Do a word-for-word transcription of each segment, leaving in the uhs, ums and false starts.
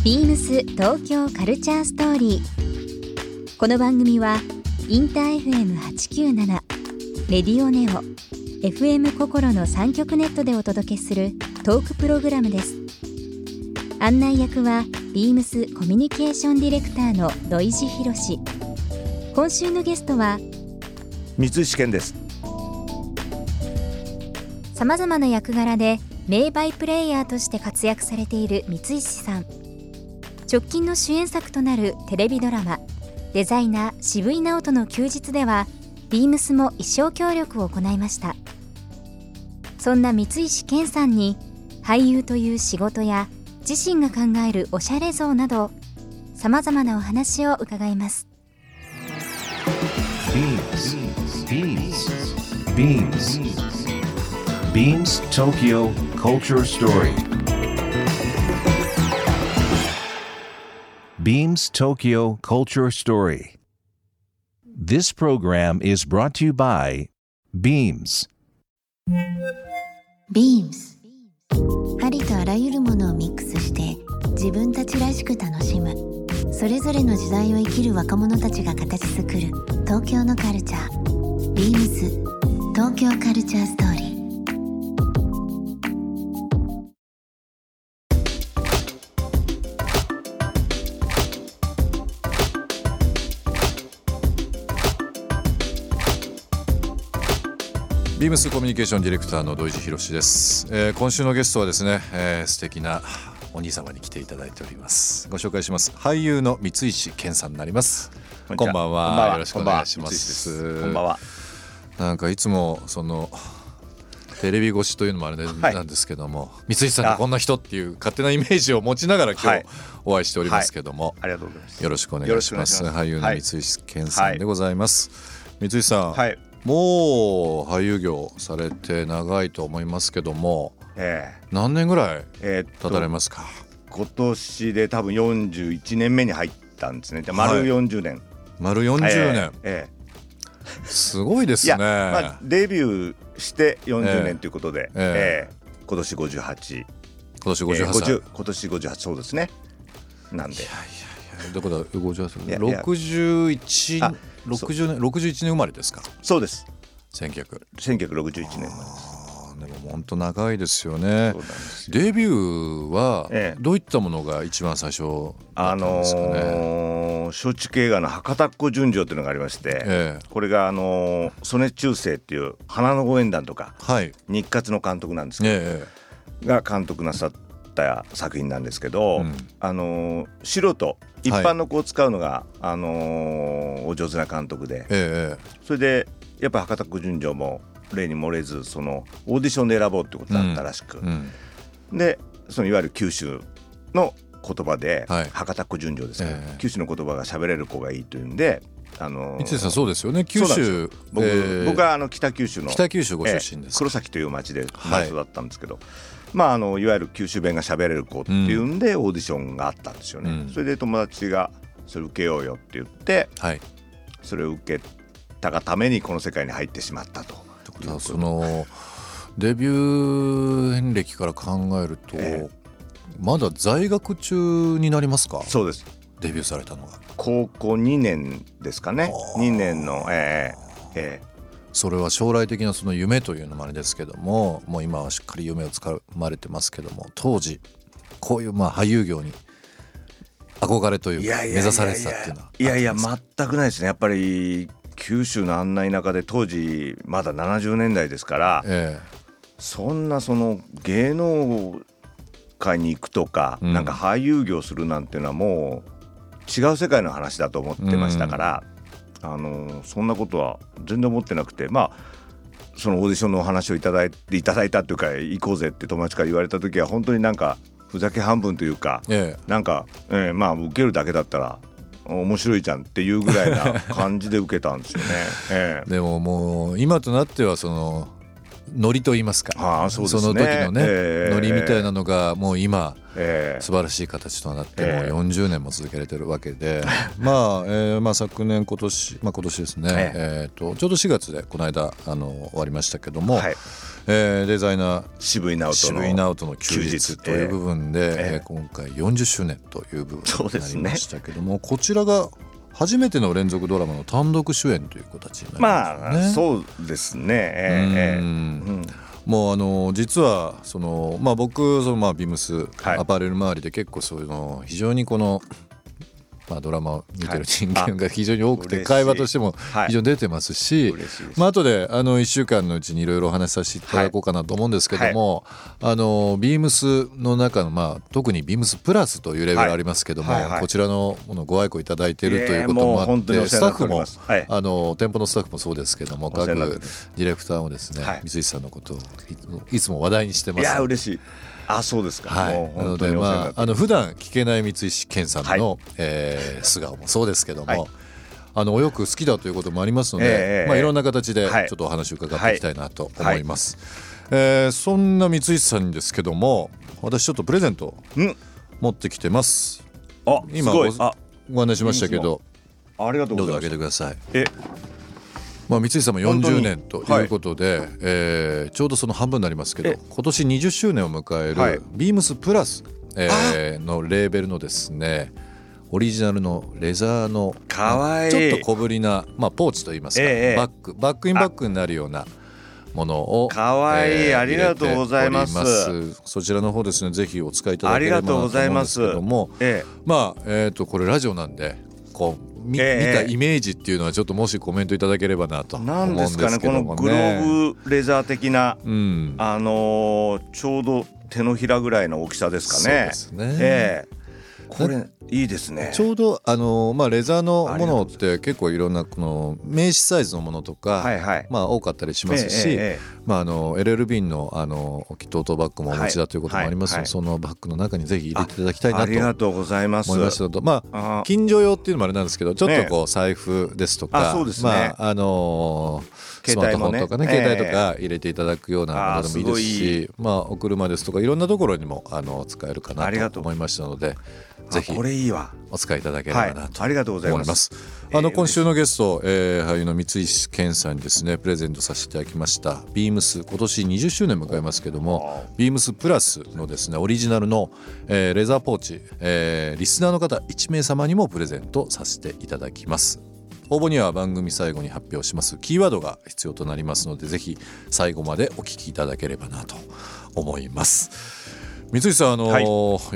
ビームス東京カルチャーストーリー。この番組はインター エフエムはちきゅうなな、レディオネオ、エフエム 心のさん局ネットでお届けするトークプログラムです。案内役はビームスコミュニケーションディレクターの土井博志。今週のゲストは三石健です。 さまざまな役柄で名バイプレイヤーとして活躍されている三石さん。直近の主演作となるテレビドラマデザイナー渋井直人の休日ではビームスも衣装協力を行いました。そんな三石健さんに俳優という仕事や自身が考えるおしゃれ像などさまざまなお話を伺います。 ビームス ビームス ビームス ビームス Tokyo Culture Story。Beams Tokyo Culture Story. This program is brought to you by Beams. Beams ありとあらゆるものをミックスして自分たちらしく楽しむ、それぞれの時代を生きる若者たちが形作る東京のカルチャー。 Beams 東京カルチャーストーリー。 ビームスコミュニケーションディレクターの土井博志です。えー、今週のゲストはですね、えー、素敵なお兄様に来ていただいております。ご紹介します。俳優の三石健さんになります。こんばんは。よろしくお願いします。 こんばんは。 なんかいつもそのテレビ越しというのもあれなんですけども、はい、三石さんがこんな人っていう勝手なイメージを持ちながら今日お会いしておりますけども、 はいはい、ありがとうございます。 よろしくお願いします。俳優の三石健さんでございます。はい、三石さん、はい、もう俳優業されて長いと思いますけども、えー、何年ぐらい経たれますか？ えー、今年で多分よんじゅういちねんめに入ったんですね。丸よんじゅうねん、はい、 丸よんじゅうねん、えーえー、すごいですね。いや、 まあ、デビューしてよんじゅうねんということで、えーえー、今年ごじゅうはち、今年ごじゅうはち歳、 えー、今年ごじゅうはち、そうですね。なんで、いやいやいや、だからごじゅうはち、ろくじゅういち、ろくじゅうねん、ろくじゅういちねん生まれですか？ そうです。 せんきゅうひゃくせんきゅうひゃくろくじゅういちねん生まれです。 でも本当長いですよね。そうなんですよ。デビューはどういったものが一番最初だったんですかね？あのー、松竹映画の博多っ子純情というのがありまして、ええ、これがあのー、曽根中世っていう花のご縁談とか、はい、日活の監督なんですけど、ええ、が監督なさった作品なんですけど、うん、あのー、素人一般の子を使うのが、はい、あのー、お上手な監督で、ええ、それでやっぱ博多っ子純情も例に漏れずそのオーディションで選ぼうってことだったらしく、うんうん、でそのいわゆる九州の言葉で、はい、博多っ子純情ですから、えー、九州の言葉が喋れる子がいいというんで、あのー、 三井さんそうですよね。九州、 僕、えー、僕はあの北九州の北九州ご出身です、 えー、黒崎という町で生まれ育ったんですけど、はい、まあ、あのいわゆる九州弁が喋れる子っていうんで、うん、オーディションがあったんですよね、うん、それで友達がそれ受けようよって言って、はい、それを受けたがためにこの世界に入ってしまったと。 そのデビュー遍歴から考えると、えー、まだ在学中になりますか？ そうです。 デビューされたのが高校にねんですかね。にねんの、えーえー、 それは将来的なその夢というのもあれですけども、もう今はしっかり夢をつかまれてますけども、当時こういうまあ俳優業に憧れというか目指されてたっていうのは？ いやいや全くないですね。やっぱり九州のあんな田舎で当時まだななじゅうねんだいですから、ええ、そんなその芸能界に行くとか、うん、なんか俳優業するなんていうのはもう違う世界の話だと思ってましたから、うん、あのそんなことは全然思ってなくて、まあそのオーディションのお話をいただいていただいたというか行こうぜって友達から言われた時は本当になんかふざけ半分というか、ええ、なんか、えー、まあ受けるだけだったら面白いじゃんっていうぐらいな感じで受けたんですよね。ええ、 でももう今となってはそのノリと言いますか、 あそうですね、 その時のね、 えー、 ノリみたいなのがもう今、 えー、 素晴らしい形となってもうよんじゅうねんも続けられてるわけで、まあ、えー、まあ昨年今年、まあ、今年ですね、えー、とちょうどしがつでこの間あの終わりましたけども、はい、えー、デザイナー渋井直人の渋井直人の休日という部分で、えーえー、今回よんじゅっしゅうねんという部分になりましたけども、ね、こちらが初めての連続ドラマの単独主演という形になりましたね。 まあそうですね、えー、うん、 もうあの実はその、まあ、僕そのまあビームスアパレル周りで結構そういうの非常にこのまあ、ドラマを見てる人間が非常に多くて、会話としても非常に出てますし、まあ後であのいっしゅうかんのうちにいろいろお話しさせていただこうかなと思うんですけども、あのビームスの中のまあ特にビームスプラスというレベルありますけども、こちらのものご愛顧いただいているということもあって、スタッフもあの店舗のスタッフもそうですけども、各ディレクターもですね、三井さんのことをいつも話題にしてます。 いや嬉しい。あ、そうですか。 はい、なので、まあ、あの普段聞けない三石健さんの、はい、えー、素顔もそうですけども、はい、あのお洋服好きだということもありますので、えーまあ、いろんな形でちょっとお話を伺っていきたいなと思います、はいはい、えー、そんな三石さんですけども、私ちょっとプレゼント持ってきてます。 あ、 今 ご, ご案内しましたけど、 ありがとうございます。 どうぞ開けてください。 えまあ、三井さんもよんじゅうねんということで、はい、えー、ちょうどその半分になりますけど、今年にじゅっしゅうねんを迎える、はい、ビームスプラス、えー、のレーベルのですね、オリジナルのレザーのかわいいちょっと小ぶりな、まあ、ポーチといいますか、えー、バッグバックインバッグになるようなものをかわいい、えー、ありがとうございます。 そちらの方ですね、ぜひお使いいただければなと思うんですけども、えー、まあ、えーとこれラジオなんでこう見, えー、見たイメージっていうのはちょっともしコメントいただければなと思うんですけどもね。なんですかね、このグローブレザー的な、うん、あのー、ちょうど手のひらぐらいの大きさですかね。 そうですね、 えーこれいいですね。 ちょうどあの、まあ、レザーのものって結構いろんなこの名刺サイズのものとか、はいはい、まあ、多かったりしますし、えーえーまあ、あの エルエルビー の, あのトートバッグもお持ちだということもありますので、はいはいはい、そのバッグの中にぜひ入れていただきたいなと思いました。 ありがとうございます。 まあ、近所用っていうのもあれなんですけど、ちょっとこう財布ですとか、 ね、あ、そうですね、 まああのー、スマートフォンとかね、携帯とか入れていただくようなものでもいいですし、えー、まあ、お車ですとかいろんなところにもあの使えるかなと思いましたので、ぜひこれいいわお使いいただければなと思います。 はい、ありがとうございます。 あの今週のゲスト、えー、俳優の三石健さんにですねプレゼントさせていただきましたビームス、今年にじゅっしゅうねん迎えますけども、ビームスプラスのですねオリジナルの、えー、レザーポーチ、えー、リスナーの方いちめいさまにもプレゼントさせていただきます。応募には番組最後に発表しますキーワードが必要となりますので、ぜひ最後までお聞きいただければなと思います。三石さん、あのーはい、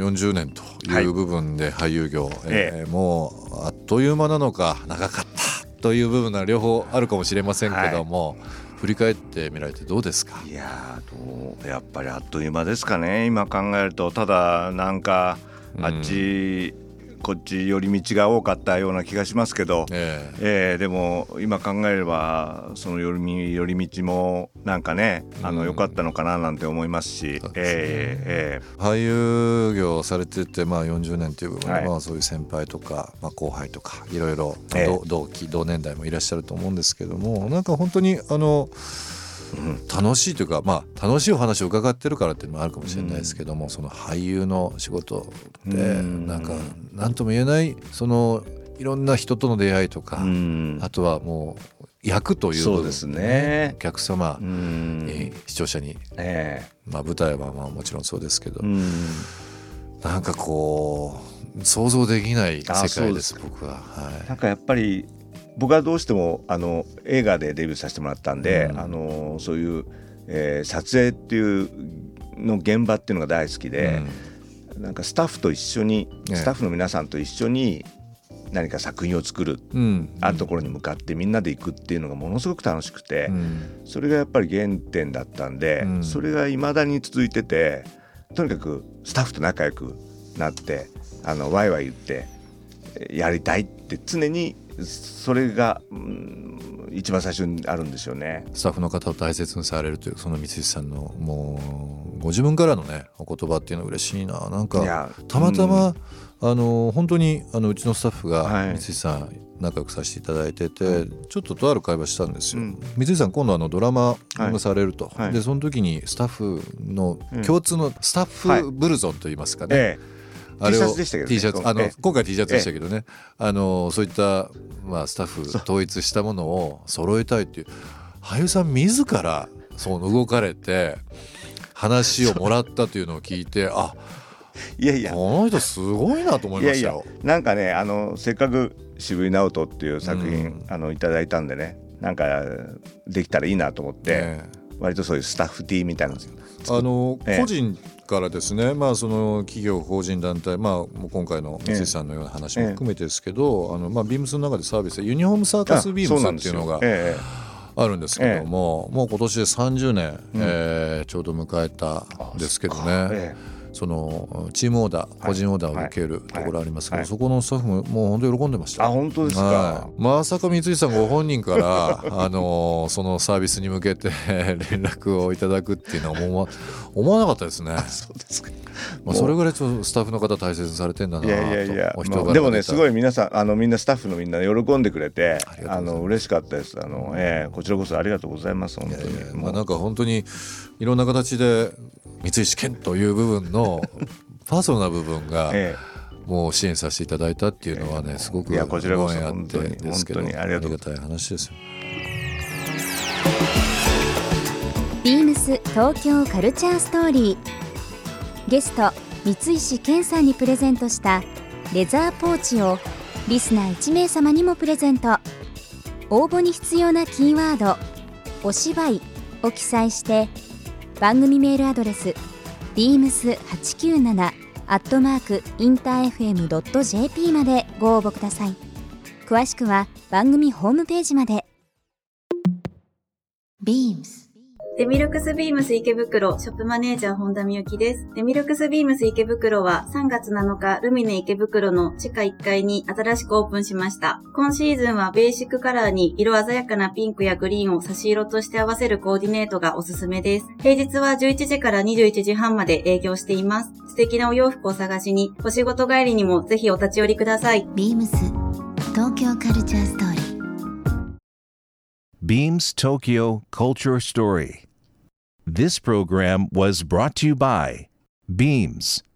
よんじゅうねんという部分で俳優業、はい、えー、もうあっという間なのか長かったという部分は両方あるかもしれませんけども、はい、振り返ってみられてどうですか？ いやどうやっぱりあっという間ですかね、今考えると。ただなんかあっち、うんこっち寄り道が多かったような気がしますけど、えーえー、でも今考えればその寄り、寄り道もなんかね、あの良かったのかななんて思いますし、うん、えーえー、俳優業をされてて、まあ、よんじゅうねんという部分で、はい、まあ、そういう先輩とか、まあ、後輩とかいろいろ、えー、同期同年代もいらっしゃると思うんですけども、なんか本当にあのうん、楽しいというか、まあ、楽しいお話を伺ってるからっていうのもあるかもしれないですけども、うん、その俳優の仕事ってなんか何とも言えない、そのいろんな人との出会いとか、うん、あとはもう役という部分、 そうですね、 お客様、うん、えー、視聴者に、えーまあ、舞台はまあもちろんそうですけど、うん、なんかこう想像できない世界です、僕は、はい、 なんかやっぱり僕はどうしてもあの映画でデビューさせてもらったんで、うん、あのそういう、えー、撮影っていうの現場っていうのが大好きで、うん、なんかスタッフと一緒に、ね、スタッフの皆さんと一緒に何か作品を作る、うん、あるところに向かってみんなで行くっていうのがものすごく楽しくて、うん、それがやっぱり原点だったんで、うん、それが未だに続いてて、とにかくスタッフと仲良くなってあのワイワイ言ってやりたいって常にそれが、うん、一番最初にあるんですよね。 スタッフの方を大切にされるというその三石さんのもうご自分からのねお言葉っていうのは嬉しいな。なんかたまたま、うん、あの本当にあのうちのスタッフが三井さん仲良くさせていただいてて、はい、ちょっととある会話したんですよ、うん、三井さん今度あのドラマがされると、はい、でその時にスタッフの共通のスタッフブルゾンといいますかね、はい、あれを T シャツでしたけどね、T シャツあの、ええ、今回 T シャツでしたけどね、あのそういった、まあ、スタッフ統一したものを揃えたいっていう俳優さん自らそう動かれて話をもらったというのを聞いてあいやいやこの人すごいなと思いましたよ。 いやいやなんかねあのせっかく渋井直人っていう作品、うん、あのいただいたんでねなんかできたらいいなと思って、ね、割とそういうスタッフ T みたいなのあの、ええ、個人からですね、まあ、その企業法人団体、まあ、今回の三井さんのような話も含めてですけど、ええあのまあ、ビームスの中でサービスでユニフォームサーカスビームスっていうのがあるんですけども、もう今年でさんじゅうねん、うんえー、ちょうど迎えたんですけどね、そのチームオーダー個人オーダーを受けるところありますけど、はいはい、そこのスタッフももう本当に喜んでました。 あ本当ですか、はい、 まさか三井さんご本人からあのそのサービスに向けて連絡をいただくっていうのは思わ、思わなかったですね。 そうですか、 まあ、それぐらいちょっとスタッフの方大切にされてんだなと。いやいやいや、 まあ、でもねすごい皆さんあのみんなスタッフのみんな喜んでくれてあの嬉しかったです。あの、えー、こちらこそありがとうございます本当に。いやいや、まあ、 なんか本当にいろんな形で三石健という部分のパーソナルな部分がもう支援させていただいたっていうのはねすごくご縁あってですけど、ありがたい話ですよ。 ビームス東京カルチャーストーリー、ゲスト三石健さんにプレゼントしたレザーポーチをリスナーいち名様にもプレゼント。応募に必要なキーワードお芝居を記載して番組メールアドレス ビームスはちきゅうなな アットマーク インターエフエム ドット ジェーピー までご応募ください。詳しくは番組ホームページまで。 ビームスデミルクスビームス池袋ショップマネージャー本田美幸です。デミルクスビームス池袋はさんがつなのかルミネ池袋の地下いっかいに新しくオープンしました。今シーズンはベーシックカラーに色鮮やかなピンクやグリーンを差し色として合わせるコーディネートがおすすめです。平日はじゅういちじからにじゅういちじはんまで営業しています。素敵なお洋服を探しにお仕事帰りにもぜひお立ち寄りください。 ビームス東京カルチャーストーリー Beams Tokyo Culture Story. This program was brought to you by Beams.